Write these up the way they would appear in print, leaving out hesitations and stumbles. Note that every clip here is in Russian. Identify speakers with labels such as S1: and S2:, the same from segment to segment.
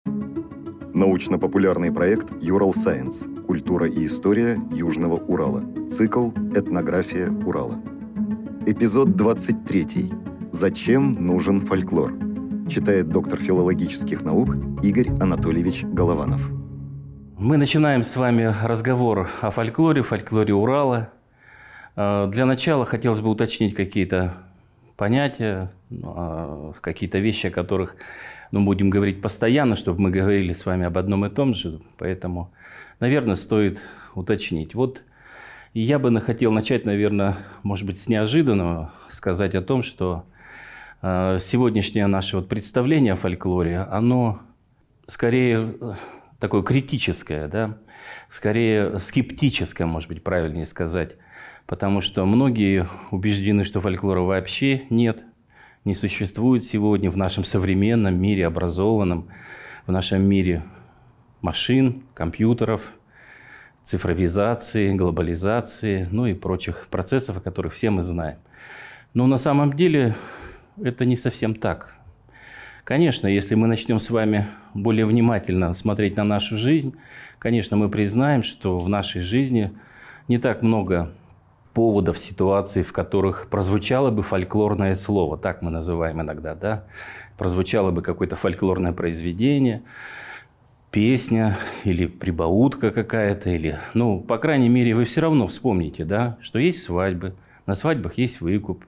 S1: Научно-популярный проект «Ural Science. Культура и история Южного Урала». Цикл «Этнография Урала». Эпизод 23. Зачем нужен фольклор? Читает доктор филологических наук Игорь Анатольевич Голованов.
S2: Мы начинаем с вами разговор о фольклоре Урала. Для начала хотелось бы уточнить какие-то понятия, какие-то вещи, о которых будем говорить постоянно, чтобы мы говорили с вами об одном и том же. Поэтому, наверное, стоит уточнить. И я бы хотел начать, наверное, может быть, с неожиданного, сказать о том, что сегодняшнее наше представление о фольклоре, оно скорее такое критическое, да? Скорее скептическое, может быть, правильнее сказать. Потому что многие убеждены, что фольклора вообще нет, не существует сегодня в нашем современном мире, образованном, в нашем мире машин, компьютеров, цифровизации, глобализации, и прочих процессов, о которых все мы знаем. Но на самом деле это не совсем так. Конечно, если мы начнем с вами более внимательно смотреть на нашу жизнь, конечно, мы признаем, что в нашей жизни не так много поводов, ситуаций, в которых прозвучало бы фольклорное слово, так мы называем иногда, да? Прозвучало бы какое-то фольклорное произведение, песня или прибаутка какая-то, или, по крайней мере, вы все равно вспомните, да, что есть свадьбы, на свадьбах есть выкуп,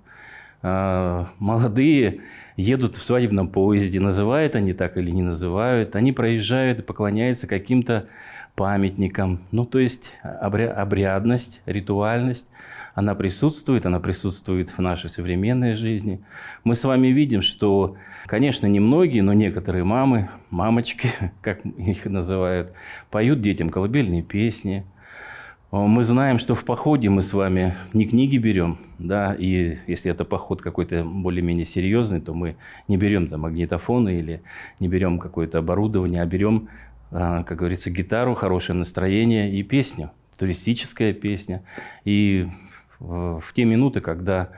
S2: молодые едут в свадебном поезде, называют они так или не называют, они проезжают и поклоняются каким-то памятникам. То есть обрядность, ритуальность, она присутствует в нашей современной жизни. Мы с вами видим, что, конечно, не многие, но некоторые мамы, мамочки, как их называют, поют детям колыбельные песни. Мы знаем, что в походе мы с вами не книги берем, да, и если это поход какой-то более-менее серьезный, то мы не берем магнитофоны или не берем какое-то оборудование, а берем, как говорится, гитару, хорошее настроение и песню, туристическая песня. И в те минуты, когда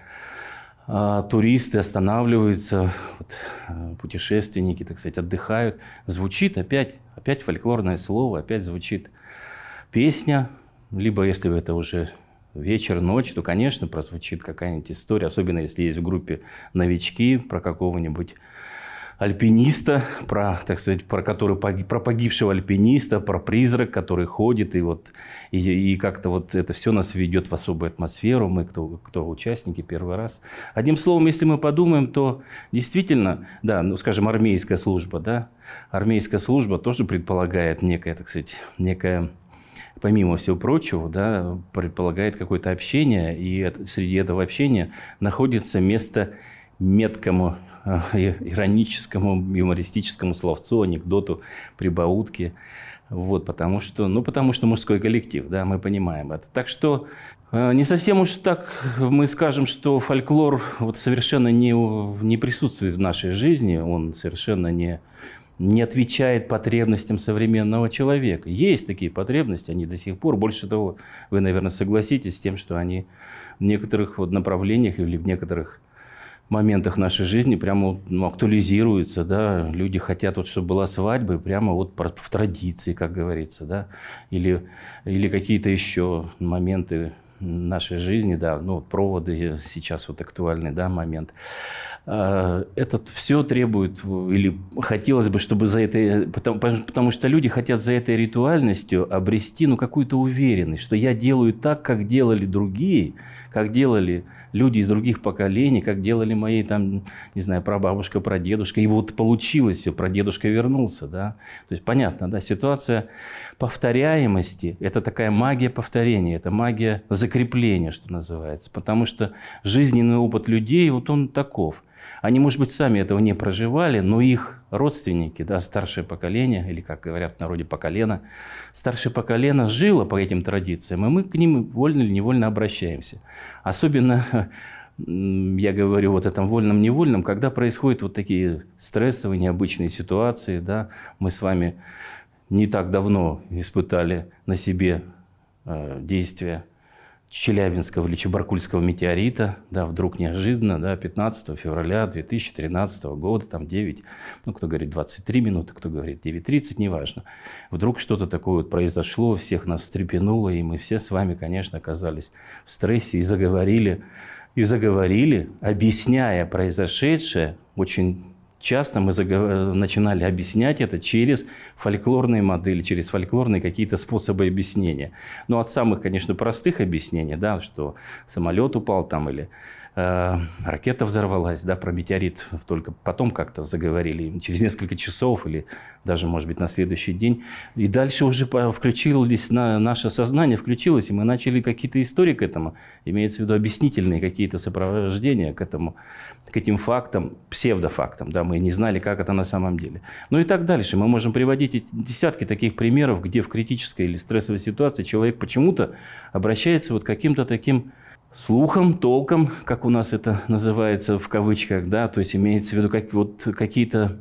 S2: туристы останавливаются, путешественники, так сказать, отдыхают, звучит опять фольклорное слово, опять звучит песня. Либо, если это уже вечер, ночь, то, конечно, прозвучит какая-нибудь история, особенно если есть в группе новички, про какого-нибудь альпиниста, про погибшего альпиниста, про призрак, который ходит, и как-то это все нас ведет в особую атмосферу, мы, кто участники первый раз. Одним словом, если мы подумаем, то действительно, да, скажем, армейская служба, да, армейская служба тоже предполагает некое, помимо всего прочего, да, предполагает какое-то общение, и среди этого общения находится место меткому, ироническому, юмористическому словцу, анекдоту, прибаутке. Потому что мужской коллектив, да, мы понимаем это. Так что не совсем уж так мы скажем, что фольклор совершенно не присутствует в нашей жизни, он совершенно не отвечает потребностям современного человека. Есть такие потребности, они до сих пор. Больше того, вы, наверное, согласитесь с тем, что они в некоторых направлениях или в некоторых моментах нашей жизни прямо актуализируются. Да? Люди хотят, чтобы была свадьба, и прямо в традиции, как говорится. Да? Или какие-то еще моменты нашей жизни, да, проводы сейчас актуальный, да, момент. Это все требует, или хотелось бы, чтобы потому что люди хотят за этой ритуальностью обрести, какую-то уверенность, что я делаю так, как делали другие, как делали люди из других поколений, как делали мои, прабабушка, прадедушка, и получилось все, прадедушка вернулся, да. То есть, понятно, да, ситуация повторяемости, это такая магия повторения, это магия закрепления, что называется, потому что жизненный опыт людей, он таков. Они, может быть, сами этого не проживали, но их родственники, да, старшее поколение, или, как говорят в народе, поколено, старшее поколение жило по этим традициям, и мы к ним вольно или невольно обращаемся. Особенно, я говорю, этом вольном-невольном, когда происходят такие стрессовые, необычные ситуации, да, мы с вами не так давно испытали на себе действия Челябинского или Чебаркульского метеорита, да, вдруг неожиданно, да, 15 февраля 2013 года, там 9, ну, кто говорит 23 минуты, кто говорит 9:30, неважно. Вдруг что-то такое вот произошло, всех нас встрепенуло, и мы все с вами, конечно, оказались в стрессе и заговорили, объясняя произошедшее. Очень часто мы начинали объяснять это через фольклорные модели, через фольклорные какие-то способы объяснения. Ну, от самых, конечно, простых объяснений, да, что самолет упал там или ракета взорвалась, да, про метеорит только потом как-то заговорили, через несколько часов или даже, может быть, на следующий день. И дальше уже включилось наше сознание, включилось, и мы начали какие-то истории к этому, имеется в виду объяснительные какие-то сопровождения к этим фактам, псевдофактам, да, мы не знали, как это на самом деле. Ну и так дальше. Мы можем приводить десятки таких примеров, где в критической или стрессовой ситуации человек почему-то обращается вот к каким-то таким слухом, толком, как у нас это называется в кавычках, да, то есть имеется в виду какие-то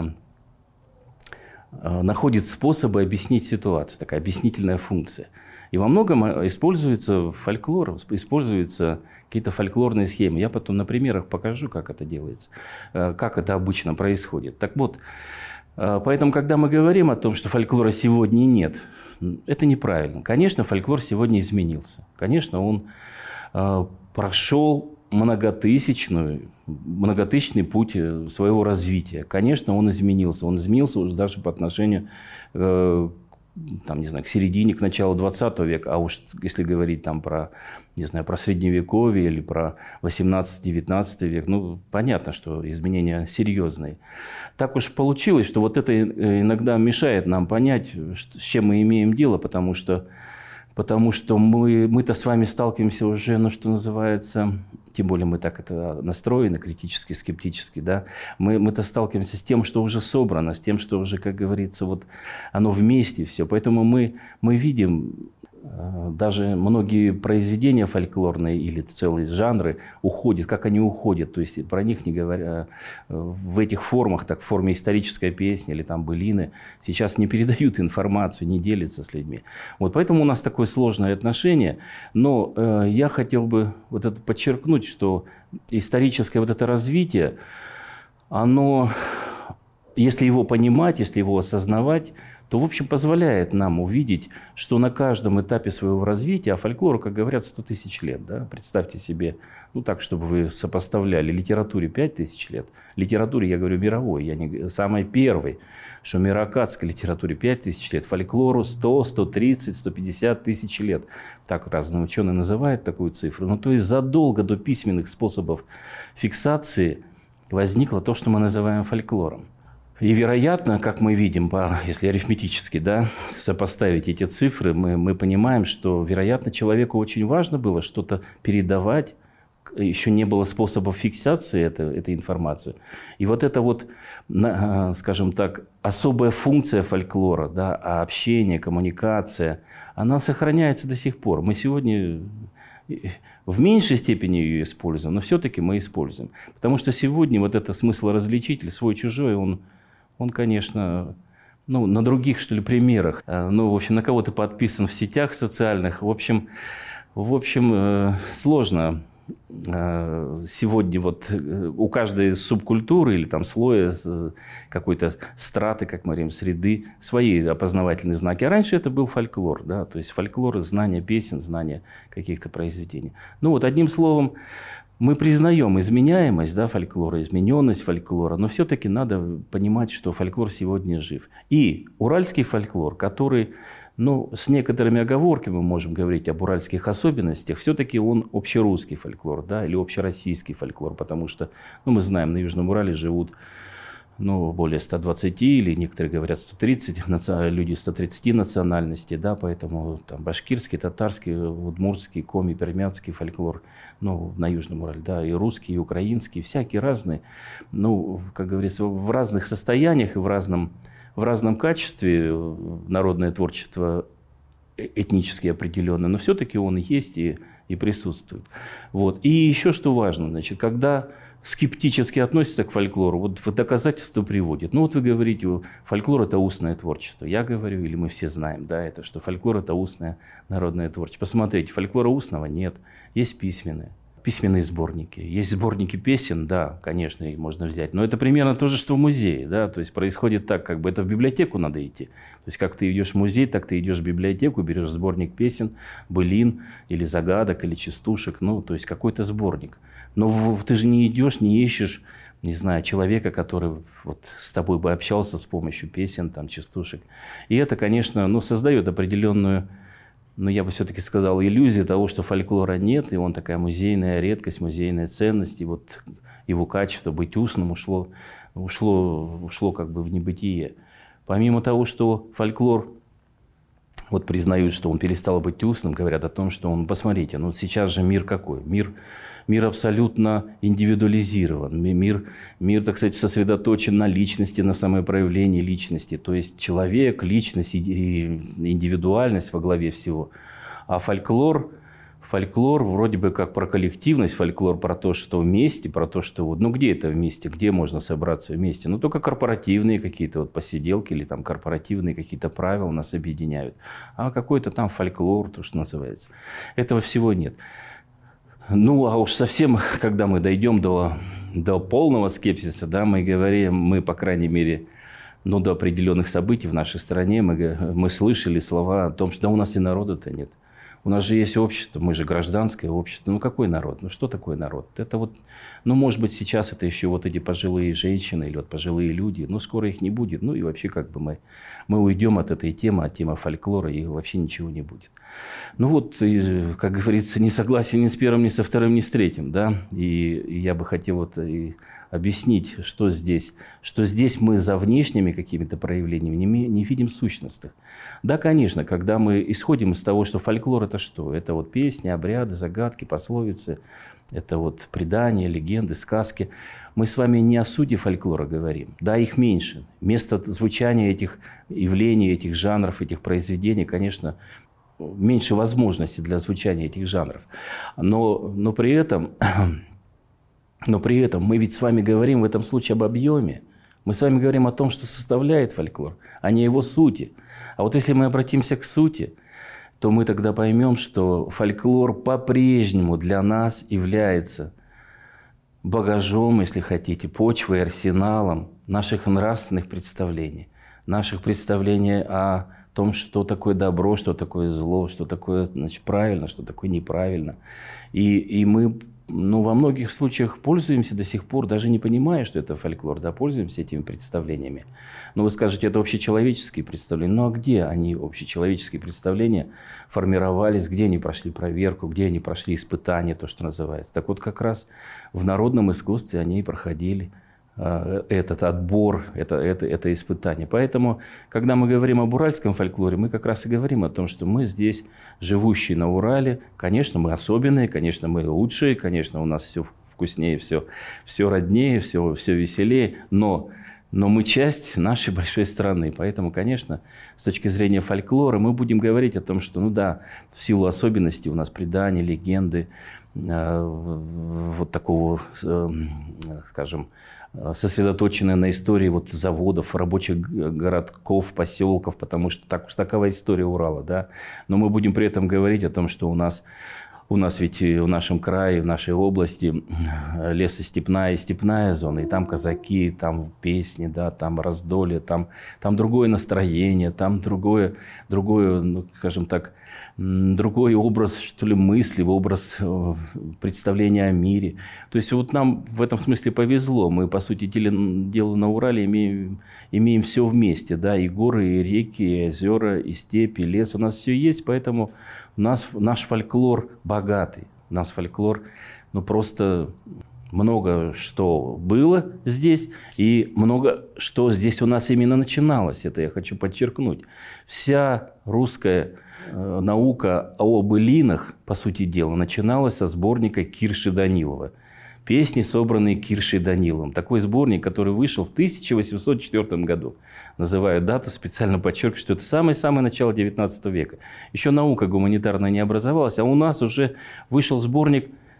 S2: находит способы объяснить ситуацию, такая объяснительная функция. И во многом используется фольклор, используются какие-то фольклорные схемы. Я потом на примерах покажу, как это делается, как это обычно происходит. Так вот, поэтому, когда мы говорим о том, что фольклора сегодня нет, это неправильно. Конечно, фольклор сегодня изменился. Конечно, он прошел многотысячный путь своего развития. Конечно, он изменился. Он изменился уже даже по отношению там, не знаю, к середине, к началу 20 века. А уж если говорить там про, не знаю, про Средневековье или про 18-19 век, ну, понятно, что изменения серьезные. Так уж получилось, что вот это иногда мешает нам понять, с чем мы имеем дело, потому что мы-то с вами сталкиваемся уже, ну, что называется, тем более мы так это настроены, критически, скептически, да, мы-то сталкиваемся с тем, что уже собрано, с тем, что уже, как говорится, вот оно вместе все. Поэтому мы видим даже многие произведения фольклорные или целые жанры уходят, как они уходят. То есть про них не говоря в этих формах, так в форме исторической песни или там былины, сейчас не передают информацию, не делятся с людьми. Вот поэтому у нас такое сложное отношение. Но я хотел бы вот это подчеркнуть, что историческое вот это развитие, оно, если его понимать, если его осознавать, то, в общем, позволяет нам увидеть, что на каждом этапе своего развития, а фольклору, как говорят, 100 тысяч лет. Да? Представьте себе, ну так, чтобы вы сопоставляли, литературе 5 тысяч лет, литературе, я говорю, мировой, я не самой первой, шумеро-аккадской литературе 5 тысяч лет, фольклору 100, 130, 150 тысяч лет. Так разные ученые называют такую цифру. Ну, то есть задолго до письменных способов фиксации возникло то, что мы называем фольклором. И, вероятно, как мы видим, если арифметически, да, сопоставить эти цифры, мы понимаем, что, вероятно, человеку очень важно было что-то передавать. Еще не было способов фиксации этой информации. И вот эта вот, скажем так, особая функция фольклора, да, общение, коммуникация, она сохраняется до сих пор. Мы сегодня в меньшей степени ее используем, но все-таки мы используем. Потому что сегодня вот это смыслоразличитель, свой-чужой, он, конечно, ну, на других, что ли, примерах. Ну, в общем, на кого ты подписан в сетях социальных. В общем, сложно сегодня вот у каждой субкультуры или там слоя какой-то страты, как мы говорим, среды, свои опознавательные знаки. А раньше это был фольклор, да, то есть фольклор, знание песен, знание каких-то произведений. Ну, вот одним словом, мы признаем изменяемость, да, фольклора, измененность фольклора, но все-таки надо понимать, что фольклор сегодня жив. И уральский фольклор, который, ну, с некоторыми оговорками мы можем говорить об уральских особенностях, все-таки он общерусский фольклор, да, или общероссийский фольклор, потому что, ну, мы знаем, на Южном Урале живут, ну, более 120 или некоторые говорят 130 люди 130 национальностей, да, поэтому там башкирский, татарский, удмуртский, коми, пермянский фольклор, ну, на Южном Урале, да, и русский, и украинский, всякие разные, ну, как говорится, в разных состояниях и в разном качестве народное творчество этнически определенное, но все-таки он есть и присутствует. Вот. И еще что важно, значит, когда скептически относится к фольклору, вот в доказательство приводит. Ну, вот вы говорите, фольклор – это устное творчество. Я говорю, или мы все знаем, да, это, что фольклор – это устное народное творчество. Посмотрите, фольклора устного нет, есть письменные сборники. Есть сборники песен, да, конечно, их можно взять. Но это примерно то же, что в музее, да, то есть происходит так, как бы это в библиотеку надо идти. То есть как ты идешь в музей, так ты идешь в библиотеку, берешь сборник песен, былин или загадок, или частушек, ну, то есть какой-то сборник. Но ты же не идешь, не ищешь, не знаю, человека, который вот с тобой бы общался с помощью песен, там, частушек. И это, конечно, ну, создает определенную, но я бы все-таки сказал, иллюзия того, что фольклора нет, и он такая музейная редкость, музейная ценность, и вот его качество быть устным ушло как бы в небытие. Помимо того, что фольклор, вот признают, что он перестал быть устным, говорят о том, что он, посмотрите, ну сейчас же мир какой? Мир абсолютно индивидуализирован. Мир, так сказать, сосредоточен на личности, на самопроявлении личности. То есть человек, личность и индивидуальность во главе всего. А фольклор вроде бы как про коллективность, фольклор про то, что вместе, про то, что вот, ну где это вместе, где можно собраться вместе? Ну только корпоративные какие-то вот посиделки или там корпоративные какие-то правила нас объединяют. А какой-то там фольклор, то, что называется. Этого всего нет. Ну, а уж совсем, когда мы дойдем до полного скепсиса, да, мы, по крайней мере, ну, до определенных событий в нашей стране, мы слышали слова о том, что да у нас и народа-то нет. У нас же есть общество, мы же гражданское общество. Ну, какой народ? Ну, что такое народ? Это вот, ну, может быть, сейчас это еще вот эти пожилые женщины или вот пожилые люди, но скоро их не будет. Ну, и вообще, как бы мы уйдем от этой темы, от темы фольклора, и вообще ничего не будет. Ну, вот, как говорится, не согласен ни с первым, ни со вторым, ни с третьим, да. И я бы хотел вот объяснить, что здесь мы за внешними какими-то проявлениями не видим сущностных. Да, конечно, когда мы исходим из того, что фольклор – это что? Это вот песни, обряды, загадки, пословицы, это вот предания, легенды, сказки. Мы с вами не о сути фольклора говорим. Да, их меньше. Место звучания этих явлений, этих жанров, этих произведений, конечно, меньше возможностей для звучания этих жанров. Но при этом мы ведь с вами говорим в этом случае об объеме. Мы с вами говорим о том, что составляет фольклор, а не его сути. А вот если мы обратимся к сути, то мы тогда поймем, что фольклор по-прежнему для нас является багажом, если хотите, почвой, арсеналом наших нравственных представлений, наших представлений о том, что такое добро, что такое зло, что такое, значит, правильно, что такое неправильно. И мы, ну, во многих случаях пользуемся до сих пор, даже не понимая, что это фольклор, да, пользуемся этими представлениями. Но вы скажете, это общечеловеческие представления. Ну, а где они, общечеловеческие представления, формировались, где они прошли проверку, где они прошли испытания, то, что называется. Так вот, как раз в народном искусстве они и проходили этот отбор, это испытание. Поэтому, когда мы говорим об уральском фольклоре, мы как раз и говорим о том, что мы здесь, живущие на Урале, конечно, мы особенные, конечно, мы лучшие, конечно, у нас все вкуснее, все роднее, все веселее, но мы часть нашей большой страны. Поэтому, конечно, с точки зрения фольклора мы будем говорить о том, что, ну да, в силу особенностей у нас предания, легенды, вот такого, скажем, сосредоточенная на истории вот заводов, рабочих городков, поселков, потому что такова история Урала, да. Но мы будем при этом говорить о том, что у нас ведь в нашем крае, в нашей области лесостепная и степная зона, и там казаки, там песни, да, там раздолье, там другое настроение, там другое, ну, скажем так, другой образ, что ли, мысли, образ представления о мире. То есть вот нам в этом смысле повезло. Мы, по сути дела, на Урале имеем все вместе, да, и горы, и реки, и озера, и степи, и лес. У нас все есть, поэтому наш фольклор богатый. У нас фольклор, ну, просто много что было здесь, и много что здесь у нас именно начиналось. Это я хочу подчеркнуть. Вся русская наука о былинах, по сути дела, начиналась со сборника Кирши Данилова. Песни, собранные Киршей Даниловым. Такой сборник, который вышел в 1804 году. Называю дату, специально подчеркиваю, что это самое-самое начало XIX века. Еще наука гуманитарная не образовалась, а у нас уже вышел сборник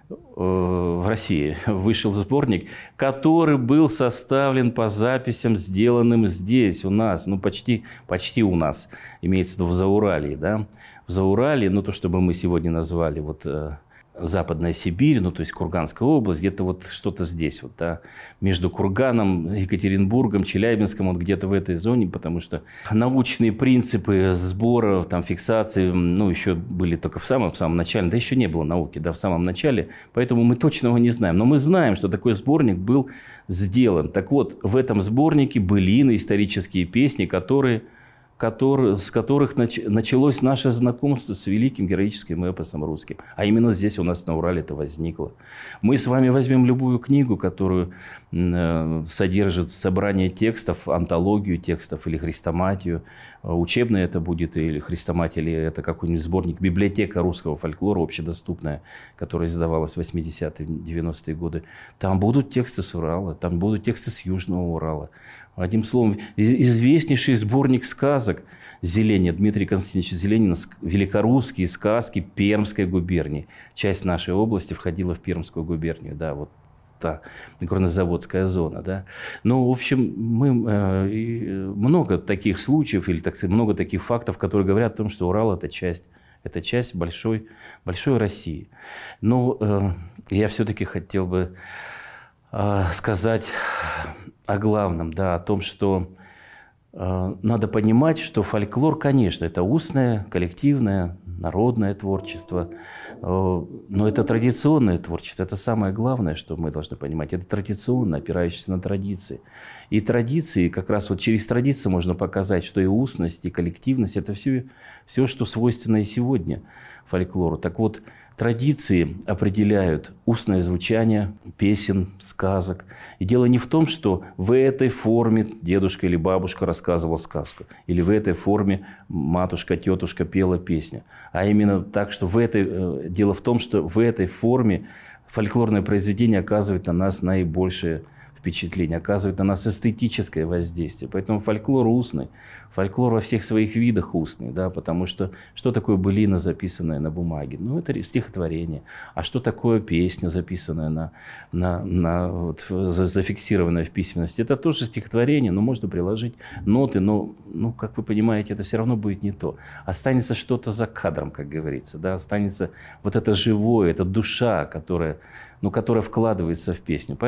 S2: в России вышел сборник, который был составлен по записям, сделанным здесь, у нас, почти у нас, имеется в виду в Зауралье, да, в Зауралье, то, чтобы мы сегодня назвали Западная Сибирь, то есть Курганская область, где-то что-то здесь, да, между Курганом, Екатеринбургом, Челябинском, где-то в этой зоне, потому что научные принципы сбора, фиксации, еще были только в самом начале, да еще не было науки, да, в самом начале, поэтому мы точно его не знаем. Но мы знаем, что такой сборник был сделан. Так вот, в этом сборнике былины, исторические песни, с которых началось наше знакомство с великим героическим эпосом русским. А именно здесь у нас на Урале это возникло. Мы с вами возьмем любую книгу, которую содержит собрание текстов, антологию текстов или хрестоматию. Учебная это будет или хрестоматия, или это какой-нибудь сборник, библиотека русского фольклора, общедоступная, которая издавалась в 80-е, 90-е годы. Там будут тексты с Урала, там будут тексты с Южного Урала. Одним словом, известнейший сборник сказок Зеленина, Дмитрий Константинович Зеленин, великорусские сказки Пермской губернии. Часть нашей области входила в Пермскую губернию, да, та горнозаводская зона, да. В общем, много таких случаев, или, так сказать, много таких фактов, которые говорят о том, что Урал – это часть большой России. Но я все-таки хотел бы сказать о главном, да, о том, что надо понимать, что фольклор, конечно, это устное, коллективное, народное творчество, но это традиционное творчество. Это самое главное, что мы должны понимать. Это традиционно, опирающееся на традиции. И традиции, как раз через традиции можно показать, что и устность, и коллективность – это все, что свойственно и сегодня фольклору. Так вот, традиции определяют устное звучание песен, сказок. И дело не в том, что в этой форме дедушка или бабушка рассказывал сказку, или в этой форме матушка, тетушка пела песню. А именно так, что дело в том, что в этой форме фольклорное произведение оказывает на нас наибольшее впечатление, оказывает на нас эстетическое воздействие. Поэтому фольклор устный, фольклор во всех своих видах устный, да, потому что такое былина, записанная на бумаге? Это стихотворение. А что такое песня, записанная зафиксированная в письменности? Это тоже стихотворение, но можно приложить ноты, но, как вы понимаете, это все равно будет не то. Останется что-то за кадром, как говорится, да, останется это живое, это душа, которая вкладывается в песню.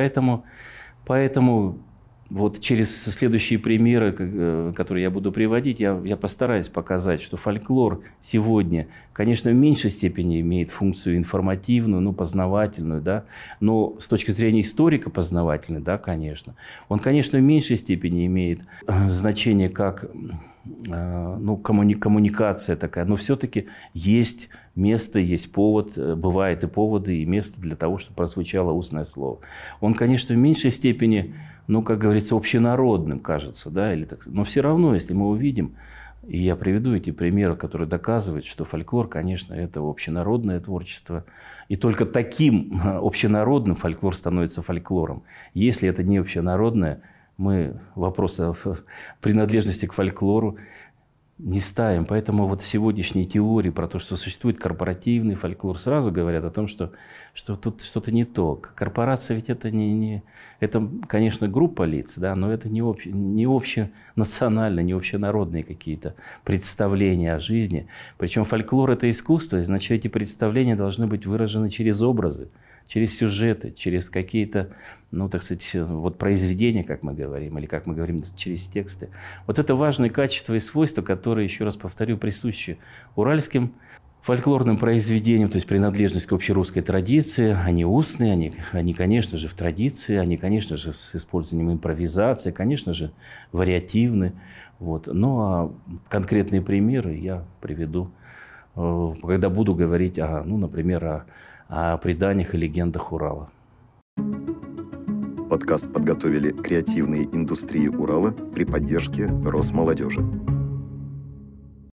S2: Поэтому через следующие примеры, которые я буду приводить, я постараюсь показать, что фольклор сегодня, конечно, в меньшей степени имеет функцию информативную, познавательную, да, но с точки зрения историка познавательной, да, конечно. Он, конечно, в меньшей степени имеет значение как коммуникация такая, но все-таки есть место, есть повод, бывают и поводы, и место для того, чтобы прозвучало устное слово. Он, конечно, в меньшей степени, как говорится, общенародным кажется, да, но все равно, если мы увидим, и я приведу эти примеры, которые доказывают, что фольклор, конечно, это общенародное творчество, и только таким общенародным фольклор становится фольклором. Если это не общенародное, мы вопрос о принадлежности к фольклору не ставим. Поэтому сегодняшние теории про то, что существует корпоративный фольклор, сразу говорят о том, что тут что-то не то. Корпорация ведь это это, конечно, группа лиц, да, но это не общенациональные, не общенародные какие-то представления о жизни. Причем фольклор – это искусство, и значит, эти представления должны быть выражены через образы, через сюжеты, через какие-то, произведения, как мы говорим, или, как мы говорим, через тексты. Это важные качества и свойства, которые, еще раз повторю, присущи уральским фольклорным произведениям, то есть принадлежность к общерусской традиции. Они устные, они, конечно же, в традиции, они, конечно же, с использованием импровизации, конечно же, вариативны. А конкретные примеры я приведу, когда буду говорить, например, о преданиях и легендах Урала.
S1: Подкаст подготовили креативные индустрии Урала при поддержке Росмолодежи.